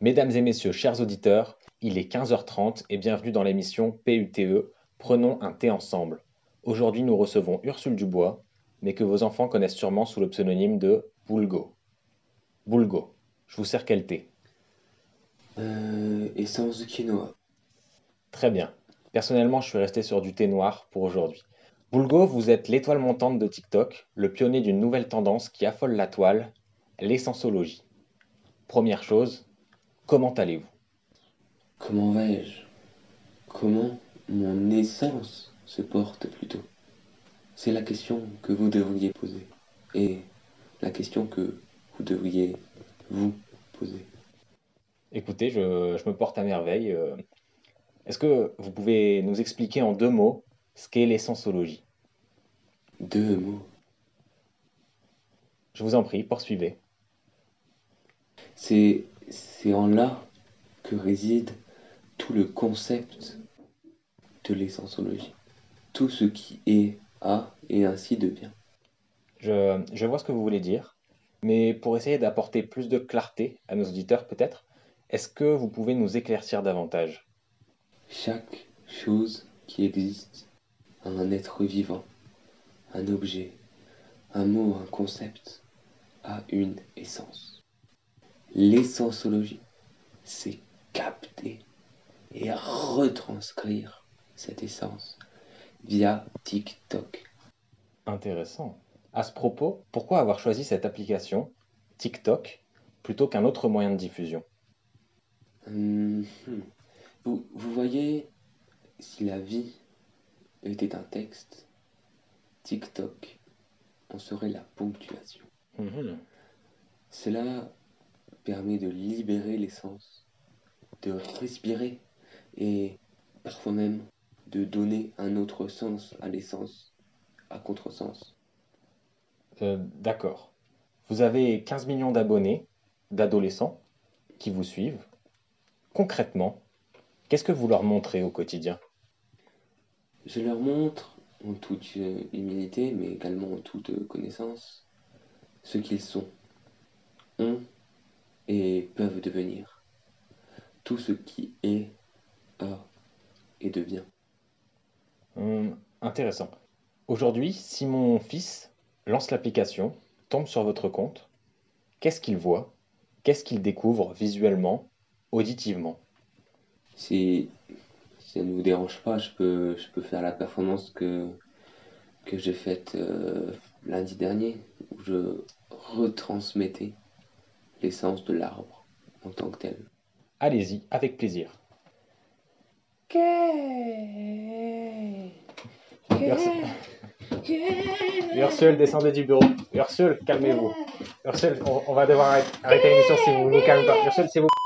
Mesdames et messieurs, chers auditeurs, il est 15h30 et bienvenue dans l'émission PUTE, Prenons un thé ensemble. Aujourd'hui, nous recevons Ursule Dubois, mais que vos enfants connaissent sûrement sous le pseudonyme de Boulgo. Boulgo, je vous sers quel thé? Essence de quinoa. Très bien. Personnellement, je suis resté sur du thé noir pour aujourd'hui. Boulgo, vous êtes l'étoile montante de TikTok, le pionnier d'une nouvelle tendance qui affole la toile, l'essensologie. Première chose, comment allez-vous? Comment vais-je? Comment mon essence se porte plutôt? C'est la question que vous devriez poser. Et la question que vous devriez vous poser. Écoutez, je me porte à merveille. Est-ce que vous pouvez nous expliquer en deux mots ce qu'est l'essensologie? Deux mots. Je vous en prie, poursuivez. C'est en là que réside tout le concept de l'essensologie. Tout ce qui est, a et ainsi devient. Je vois ce que vous voulez dire, mais pour essayer d'apporter plus de clarté à nos auditeurs peut-être, est-ce que vous pouvez nous éclaircir davantage? Chaque chose qui existe a un être vivant, un objet, un mot, un concept, a une essence. L'essensologie, c'est capter et retranscrire cette essence via TikTok. Intéressant. À ce propos, pourquoi avoir choisi cette application, TikTok, plutôt qu'un autre moyen de diffusion? Hum, vous voyez, si la vie était un texte, TikTok en serait la ponctuation. Mhm. Cela permet de libérer l'essence, de respirer et parfois même de donner un autre sens à l'essence, à contresens. D'accord. Vous avez 15 millions d'abonnés, d'adolescents, qui vous suivent. Concrètement, qu'est-ce que vous leur montrez au quotidien? Je leur montre, en toute humilité, mais également en toute connaissance, ce qu'ils sont, ont et peuvent devenir. Tout ce qui est, a et devient. Intéressant. Aujourd'hui, si mon fils lance l'application, tombe sur votre compte, qu'est-ce qu'il voit? Qu'est-ce qu'il découvre visuellement, auditivement? Si ça ne vous dérange pas, je peux faire la performance que j'ai faite lundi dernier, où je retransmettais l'essence de l'arbre en tant que tel. Allez-y, avec plaisir. Ursule, Ursule, descendez du bureau. Ursule, calmez-vous. Ursule, on va devoir arrêter l'émission si vous ne vous calmez pas. Ursule, s'il vous